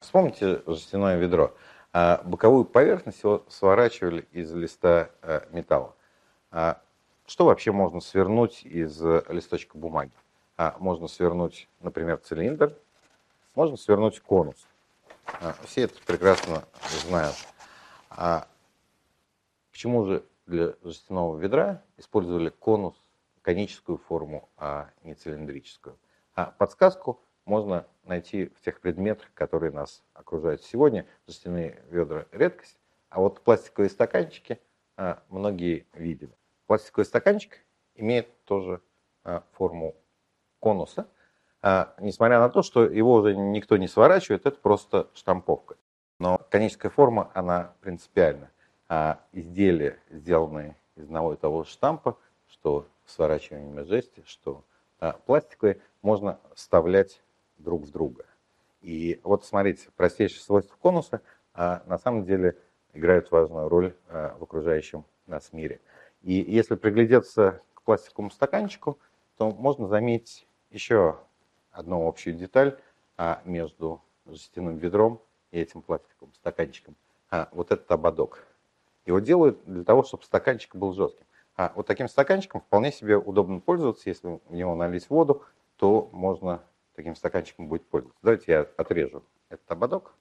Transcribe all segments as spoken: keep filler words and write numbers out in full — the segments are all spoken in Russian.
Вспомните жестяное ведро. А боковую поверхность его сворачивали из листа а, металла. А что вообще можно свернуть из листочка бумаги? А можно свернуть, например, цилиндр, можно свернуть конус. А все это прекрасно знают. А почему же для жестяного ведра использовали конус, коническую форму, а не цилиндрическую? А подсказку можно найти в тех предметах, которые нас окружают сегодня. Жестяные ведра – редкость, а вот пластиковые стаканчики а, многие видели. Пластиковый стаканчик имеет тоже а, форму конуса, а, несмотря на то, что его уже никто не сворачивает, это просто штамповка. Но коническая форма, она принципиальна. А изделия, сделанные из одного и того же штампа, что в сворачиваемой жести, что а, пластиковые, можно вставлять друг в друга. И вот смотрите, простейшие свойства конуса а, на самом деле играют важную роль а, в окружающем нас мире. И если приглядеться к пластиковому стаканчику, то можно заметить еще одну общую деталь а, между жестяным ведром и этим пластиковым стаканчиком. А, вот этот ободок. Его делают для того, чтобы стаканчик был жестким. А вот таким стаканчиком вполне себе удобно пользоваться. Если в него налить воду, то можно таким стаканчиком будет пользоваться. Давайте я отрежу этот ободок.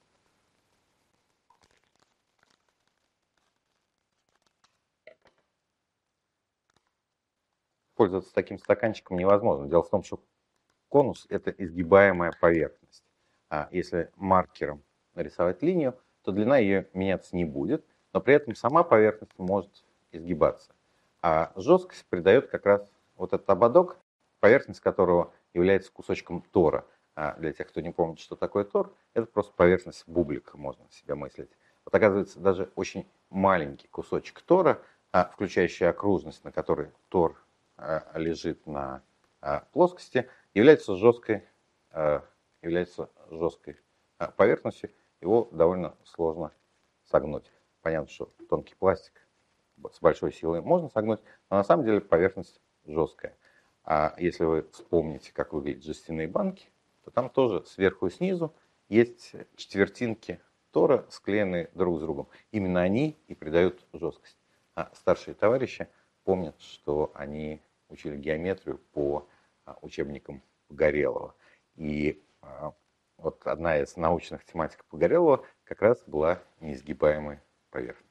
Пользоваться таким стаканчиком невозможно. Дело в том, что конус – это изгибаемая поверхность. А если маркером нарисовать линию, то длина ее меняться не будет, но при этом сама поверхность может изгибаться. А жесткость придает как раз вот этот ободок, поверхность которого является кусочком тора. А для тех, кто не помнит, что такое тор, это просто поверхность бублика, можно себе мыслить. Вот оказывается, даже очень маленький кусочек тора, включающий окружность, на которой тор лежит на плоскости, является жесткой, является жесткой поверхностью, его довольно сложно согнуть. Понятно, что тонкий пластик с большой силой можно согнуть, но на самом деле поверхность жесткая. А если вы вспомните, как выглядят жестяные банки, то там тоже сверху и снизу есть четвертинки тора, склеенные друг с другом. Именно они и придают жесткость. А старшие товарищи помнят, что они учили геометрию по учебникам Погорелова. И вот одна из научных тематик Погорелова как раз была неизгибаемой поверхность.